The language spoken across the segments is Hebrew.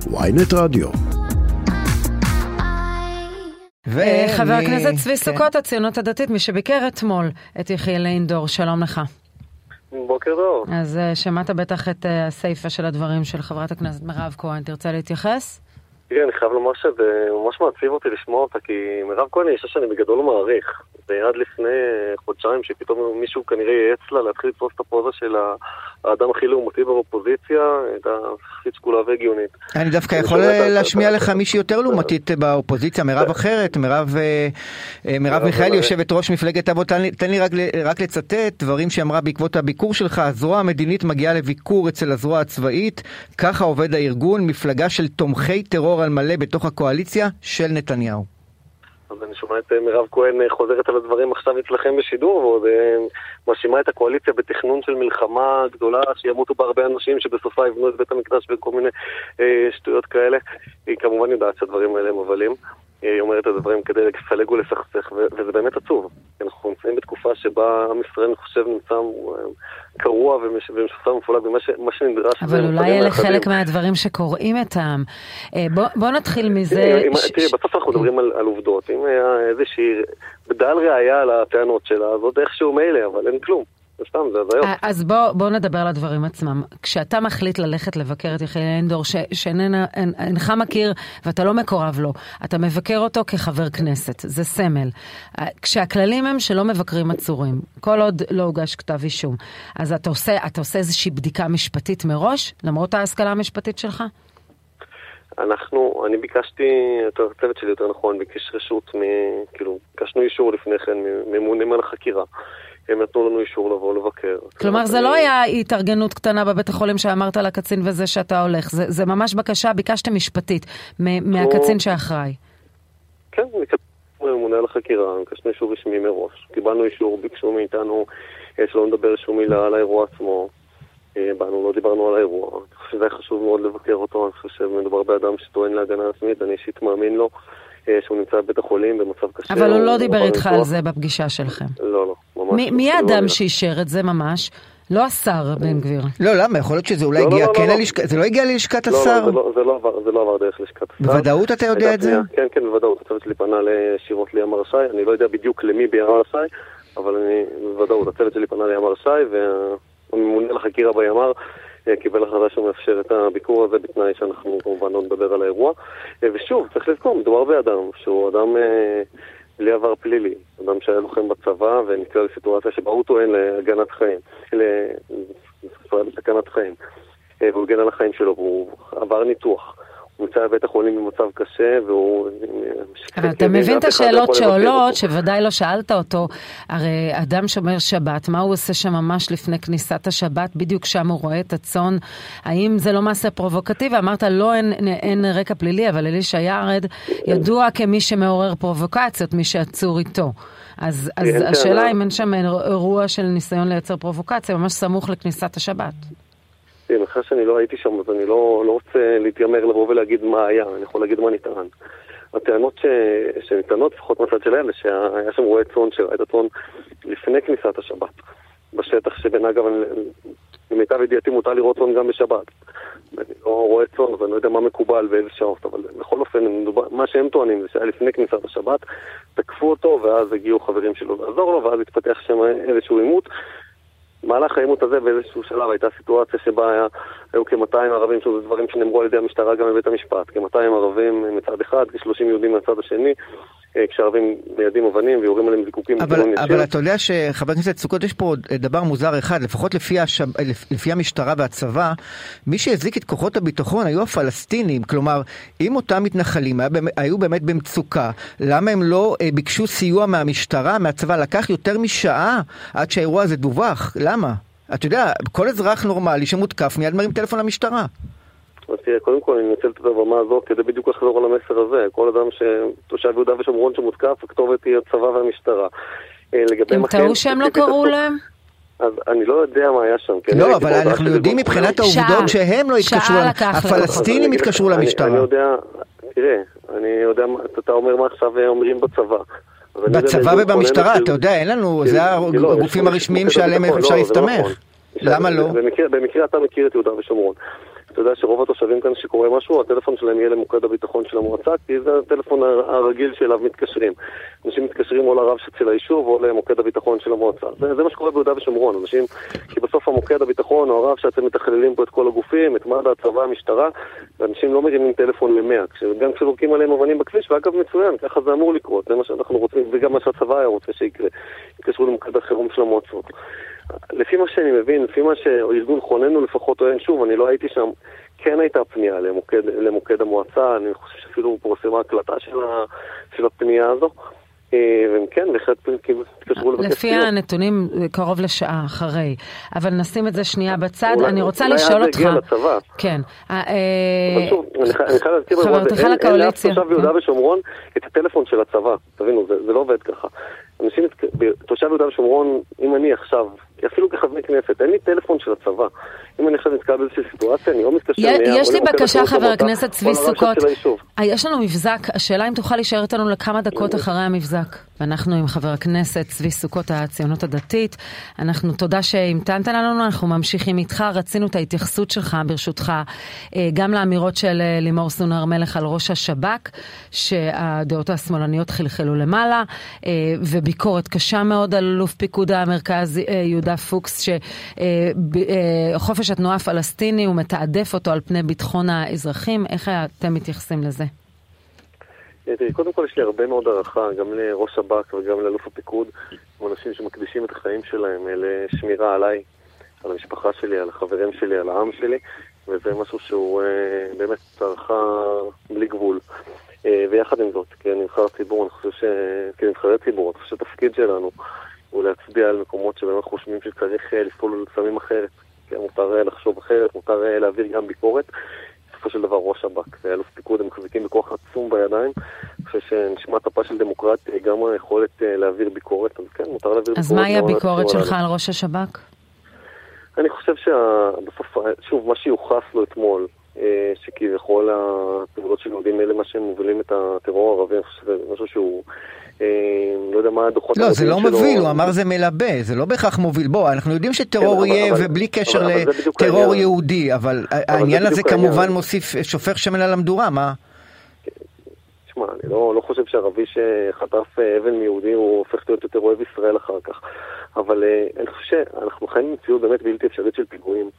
ynet רדיו. וחבר הכנסת צבי סוכות, הציונות הדתית, מי שביקר אתמול את יחיאל אינדור, שלום לך. בוקר טוב. אז שמעת בטח את הסייפה של הדברים של חברת הכנסת מירב כהן, תרצה להתייחס? תראה, אני חייב לומר שזה ממש מעציב אותי לשמוע אותה, כי מירב כהן יש שאני בגדול מעריך. זה עד לפני חודשיים שפתאום מישהו כנראה ייעץ לה להתחיל לתפוס את הפוזה של האדם הכי לאומתי באופוזיציה, את הכי שקולה והגיונית. אני דווקא יכול להשמיע לך מישהי יותר לאומתית באופוזיציה, מירב אחרת, מירב מיכאלי, יושבת ראש מפלגת אבות. תן לי רק לצטט דברים שאמרה בעקבות הביקור שלך. הזרוע המדינית מגיעה לביקור אצל הזרוע הצבאית, ככה עובד הארגון, מפלגה של תומכי טרור על מלא בתוך הקואליציה של נתניהו. אז אני שומע את מירב כהן חוזרת על הדברים עכשיו אצלכם בשידור, ועוד מאשימה את הקואליציה בתכנון של מלחמה גדולה, שימותו בהרבה אנשים שבסופה יבנו את בית המקדש וכל מיני שטויות כאלה. היא כמובן יודעת שהדברים האלה הם מבלים. היא אומרת את הדברים כדי לפלג ולסכסך, וזה באמת עצוב. אנחנו נמצאים בתקופה שבה עם ישראל חושב נמצא קרוע ומשוסע מפולג במה שנדרש. אבל אולי אלה חלק מהדברים שקוראים את העם. בוא נתחיל מזה. תראי, בסוף אנחנו מדברים על עובדות. אם היה איזושהי בדל ראייה על הטענות שלה, אז עוד איכשהו מילא, אבל אין כלום. אז בוא נדבר על הדברים עצמם. כשאתה מחליט ללכת לבקר את יחיאל אינדור, שאינך מכיר ואתה לא מקורב לו, אתה מבקר אותו כחבר כנסת, זה סמל. כשהכללים הם שלא מבקרים עצורים, כל עוד לא הוגש כתב אישום, אז אתה עושה איזושהי בדיקה משפטית מראש, למרות ההשכלה המשפטית שלך? אני ביקשתי, הצוות שלי יותר נכון, ביקש רשות, ביקשנו אישור לפני כן, ממונים על החקירה. הם נתנו לנו אישור לבוא לבקר. כלומר, זה לא היה התארגנות קטנה בבית החולים שאמרת לקצין וזה שאתה הולך. זה ממש בקשה, ביקשתם משפטית, מהקצין שאחראי. כן, ממונה על החקירה, ביקשנו אישור רשמי מראש. קיבלנו אישור, ביקשו מאיתנו שלא נדבר שום מילה על האירוע עצמו. לא דיברנו על האירוע. אני חושב שזה היה חשוב מאוד לבקר אותו. אני חושב שמדובר באדם שטוען להגנה עצמית, אני אישית מאמין לו. שהוא נמצא בבית החולים במצב קשה. אבל הוא לא דיבר איתך על זה בפגישה שלכם. לא, ממש. מי האדם שאישר את זה ממש? לא השר בן גביר. לא, למה? יכול להיות שזה אולי הגיע כן ללשכת... זה לא הגיע ללשכת השר? זה לא עבר דרך לשכת השר. בוודאות אתה יודע את זה? כן, בוודאות. הצוות שלי פנה ישירות לימ"ר ש"י. אני לא יודע בדיוק למי בימ"ר ש"י, אבל בוודאות. הצוות שלי פנה לימ"ר ש"י, והממונה לחקירה בימ"ר קיבל החלטה שמאפשר את הביקור הזה בתנאי שאנחנו כמובן לא נדבר על האירוע. ושוב, צריך לזכור, מדובר באדם שהוא אדם בלי עבר פלילי, אדם שהיה לוחם בצבא ונקרא לסיטואציה שבה הוא טוען להגנת חיים, לסכנת חיים. והוא הגן על החיים שלו, והוא עבר ניתוח. הוא נמצא בבית החולים במצב קשה, והוא... אבל אתה מבין את השאלות שעולות, שוודאי לא שאלת אותו, הרי אדם שומר שבת, מה הוא עושה שם ממש לפני כניסת השבת, בדיוק שם הוא רואה את הצאן, האם זה לא מעשה פרובוקטיבי? אמרת, לא, אין רקע פלילי, אבל אלישע יערד ידוע כמי שמעורר פרובוקציות, מי שעצור איתו. אז השאלה אם אין שם אירוע של ניסיון לייצר פרובוקציה, ממש סמוך לכניסת השבת. אחרי שאני לא הייתי שם, אז אני לא רוצה להתיימר לבוא ולהגיד מה היה, אני יכול להגיד מה ניתן. הטענות שניתנות, לפחות מצד שלהם, שהיה שם רואה צאן שראה את הצאן לפני כניסת השבת, בשטח שבין אגב, למיטב ידיעתי מותר לראות צאן גם בשבת. אני לא רואה צאן, ואני לא יודע מה מקובל באיזה שעות, אבל בכל אופן, מה שהם טוענים זה שהיה לפני כניסת השבת, תקפו אותו, ואז הגיעו חברים שלו לעזור לו, ואז התפתח שם איזשהו עימות. מהלך העימות הזה באיזשהו שלב הייתה סיטואציה שבה היו כ-200 ערבים, שזה דברים שנאמרו על ידי המשטרה גם בבית המשפט, כ-200 ערבים מצד אחד, כ-30 יהודים מצד השני, כשערבים מיידים אבנים ויורים עליהם זיקוקים. אבל אתה יודע שחבר הכנסת סוכות, יש פה דבר מוזר אחד, לפחות לפי המשטרה והצבא, מי שהזיק את כוחות הביטחון היו הפלסטינים, כלומר, אם אותם מתנחלים היו באמת במצוקה, למה הם לא ביקשו סיוע מהמשטרה, מהצבא? לקח יותר משעה עד שהאירוע הזה דווח. למה? אתה יודע, כל אזרח נורמלי שמותקף מיד מרים טלפון למשטרה. אז תראה, קודם כל אני מנצל את הבמה הזאת כדי בדיוק לחזור על המסר הזה. כל אדם שתושב יהודה ושומרון שמותקף, הכתובת היא הצבא והמשטרה. הם טעו שהם לא קראו להם? אז אני לא יודע מה היה שם. לא, אבל אנחנו יודעים מבחינת העובדות שהם לא התקשרו, הפלסטינים התקשרו למשטרה. אני יודע, תראה, אני יודע, אתה אומר מה עכשיו אומרים בצבא. בצבא ובמשטרה, אתה יודע, אין לנו, זה הגופים הרשמיים שעליהם אפשר להסתמך. למה לא? במקרה אתה מכיר את יהודה ושומרון. אתה יודע שרוב התושבים כאן שקורה משהו, הטלפון שלהם יהיה למוקד הביטחון של המועצה, כי זה הטלפון הרגיל שאליו מתקשרים. אנשים מתקשרים או לרב של היישוב או למוקד הביטחון של המועצה. זה מה שקורה ביהודה ושומרון. אנשים, כי בסוף המוקד הביטחון או הרב שאתם מתכללים פה את כל הגופים, את מד"א, הצבא, המשטרה, ואנשים לא מרימים טלפון ל100. גם כשזורקים עליהם אבנים בכביש, ואגב מצוין, ככה זה אמור לקרות. זה מה שאנחנו רוצים, וגם מה שהצבא היה רוצה שיקרה. יקשרו למוקד החירום של המועצות. לפי מה שאני מבין, לפי מה שארגון חוננו לפחות טוען, שוב, אני לא הייתי שם, כן הייתה פנייה למוקד המועצה, אני חושב שאפילו פורסמה הקלטה של הפנייה הזו, וכן, בהחלט תקשרו לבקש. לפי הנתונים, קרוב לשעה אחרי, אבל נשים את זה שנייה בצד, אני רוצה לשאול אותך. אולי אז זה הגיע לצבא. כן. אני חייב להזכיר, אין לאף תושב ביהודה ושומרון את הטלפון של הצבא, תבינו, זה לא עובד ככה. תושב יהודה ושומרון, אם אני עכשיו, אפילו כחברי כנסת, אין לי טלפון של הצבא. אם אני עכשיו נתקע באיזושהי סיטואציה, אני לא מתקשר יש לי בקשה, חבר הכנסת צבי סוכות. יש לנו מבזק, השאלה אם תוכל להישאר איתנו לכמה דקות אחרי המבזק. ואנחנו עם חבר הכנסת צבי סוכות, הציונות הדתית. תודה שהמתנת לנו, אנחנו ממשיכים איתך. רצינו את ההתייחסות שלך, ברשותך, גם לאמירות של לימור סון הר מלך על ראש השב"כ, שהדעות השמאלניות חלחלו למעלה, וביקורת קשה מאוד על אלוף פיקוד המרכז יהודה פוקס, שחופש התנועה הפלסטיני הוא מתעדף אותו על פני ביטחון האזרחים. איך אתם מתייחסים לזה? קודם כל יש לי הרבה מאוד הערכה, גם לראש שב"כ וגם לאלוף הפיקוד, אנשים שמקדישים את החיים שלהם לשמירה עליי, על המשפחה שלי, על החברים שלי, על העם שלי, וזה משהו שהוא באמת הערכה בלי גבול. ויחד עם זאת, כנבחרי ציבור, אני חושב שהתפקיד שלנו הוא להצביע על מקומות שבאמת חושבים שצריך לפעול לפעמים אחרת. מותר לחשוב אחרת, מותר להעביר גם ביקורת. בסופו של דבר ראש שב"כ ואלוף פיקוד הם מחזיקים בכוח עצום בידיים. אני חושב שנשמת הפה של דמוקרטיה גם היכולת להעביר ביקורת, אז כן, מותר להעביר ביקורת. אז מהי הביקורת שלך על ראש השב"כ? אני חושב שבסוף, שוב, מה שיוחס לו אתמול, שכביכול הפעולות של יהודים אלה מה שהם מובילים את הטרור הערבי, אני חושב שזה משהו שהוא לא יודע מה הדוחות לא, זה לא מוביל, הוא אמר זה מלבה, זה לא בהכרח מוביל. בוא, אנחנו יודעים שטרור יהיה ובלי קשר לטרור יהודי, אבל העניין הזה כמובן מוסיף, שופך שמן על המדורה, מה? תשמע, אני לא חושב שערבי שחטף אבן מיהודי הוא הופך להיות יותר אוהב ישראל אחר כך, אבל אני חושב שאנחנו חיים במציאות באמת בלתי אפשרית של פיגועים.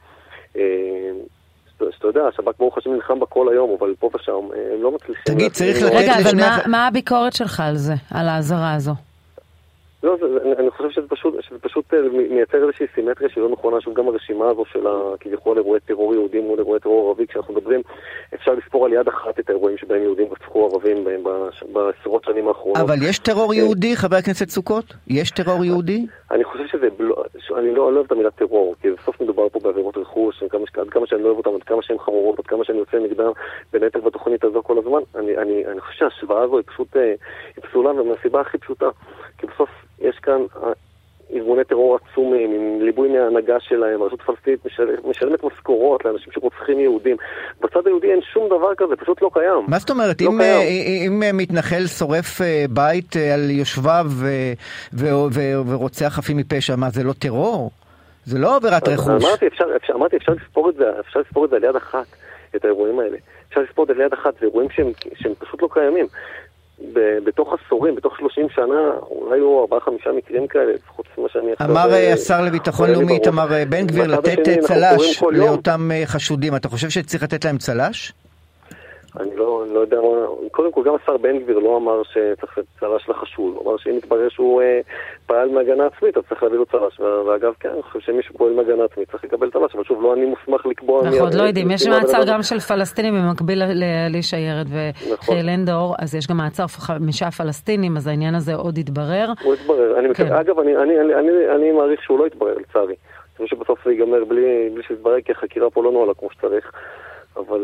שאתה יודע, השב"כ ברוך השם נלחם בכל היום, אבל פה ושם הם לא מצליחים. תגיד, צריך לתת רגע, אבל מה הביקורת שלך על זה, על ההזרה הזו? לא, אני חושב שזה פשוט מייצר איזושהי סימטריה שלא נכונה, שוב גם הרשימה הזו של כביכול אירועי טרור יהודים מול אירועי טרור ערבי, כשאנחנו מדברים, אפשר לספור על יד אחת את האירועים שבהם יהודים רצחו ערבים בעשרות שנים האחרונות. אבל יש טרור יהודי, חבר הכנסת סוכות? יש טרור יהודי? אני חושב שזה, אני לא אוהב את המילה טרור, כי בסוף מדובר פה בעבירות רכוש, עד כמה שאני לא אוהב אותם, עד כמה שהן חמורות, עד כמה שאני יוצא נגדם, בין היתר בתוכנית הזו כל הזמן. אני חושב שההשוואה הזו היא פשוט פסולה, ומהסיבה הכי פשוטה, כי בסוף יש כאן ארגוני טרור עצומים, עם ליבוי מההנהגה שלהם, הרשות הפלסטינית משלמת משכורות לאנשים שרוצחים יהודים. בצד היהודי אין שום דבר כזה, פשוט לא קיים. מה זאת אומרת? אם מתנחל שורף בית על יושביו ורוצח חפים מפשע, מה זה לא טרור? זה לא עבירת רכוש. אמרתי, אפשר לספור את זה על יד אחת, את האירועים האלה. אפשר לספור את זה על יד אחת, זה אירועים שהם פשוט לא קיימים. בתוך עשורים, בתוך 30 שנה, אולי היו 4-5 מקרים כאלה, חוץ ממה שאני עכשיו... אמר השר לביטחון לאומי, אמר בן גביר, לתת צלש לאותם חשודים. אתה חושב שצריך לתת להם צלש? אני לא יודע, קודם כל גם השר בן גביר לא אמר שצריך לתת צלש לחשוד, הוא אמר שאם מתברר שהוא פעל מהגנה עצמית, אז צריך להביא לו צלש, ואגב כן, אני חושב שמישהו פועל מהגנה עצמית, צריך לקבל צלש, אבל שוב, לא אני מוסמך לקבוע... אנחנו עוד לא יודעים, יש מעצר גם של פלסטינים במקביל לאלישע ירד וחיילן דאור, אז יש גם מעצר 5 פלסטינים, אז העניין הזה עוד יתברר. הוא יתברר, אגב, אני מעריך שהוא לא יתברר, לצערי. אני חושב שבסוף זה ייגמר בלי שיתברר, כי החקירה פה לא נועלה כמו שצריך. אבל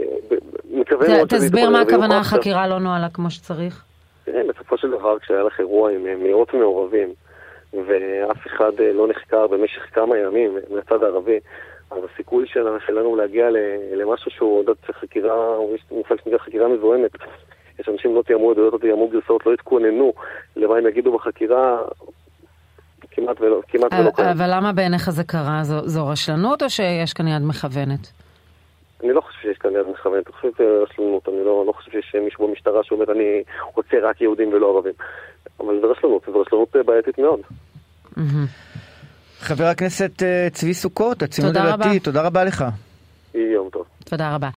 תסביר מה הכוונה החקירה לא נועלה כמו שצריך. בסופו של דבר כשהיה לך אירוע עם מאות מעורבים ואף אחד לא נחקר במשך כמה ימים מהצד הערבי, אז הסיכוי שלנו להגיע למשהו שהוא עוד חקירה, או מושג שנקרא חקירה מזוהמת, יש אנשים לא תיאמו עדויות או תיאמו גרסאות, לא יתכוננו למה הם יגידו בחקירה, כמעט ולא קיים. אבל למה בעיניך זה קרה? זו רשלנות או שיש כאן יד מכוונת? אני לא חושב שיש כאן יד מכוונת, אני חושב רשלנות, אני לא חושב שיש מישהו במשטרה שאומר אני רוצה רק יהודים ולא ערבים. אבל זה רשלנות, וזו רשלנות בעייתית מאוד. חבר הכנסת צבי סוכות, הציונות הדתית, תודה רבה לך. יום טוב. תודה רבה.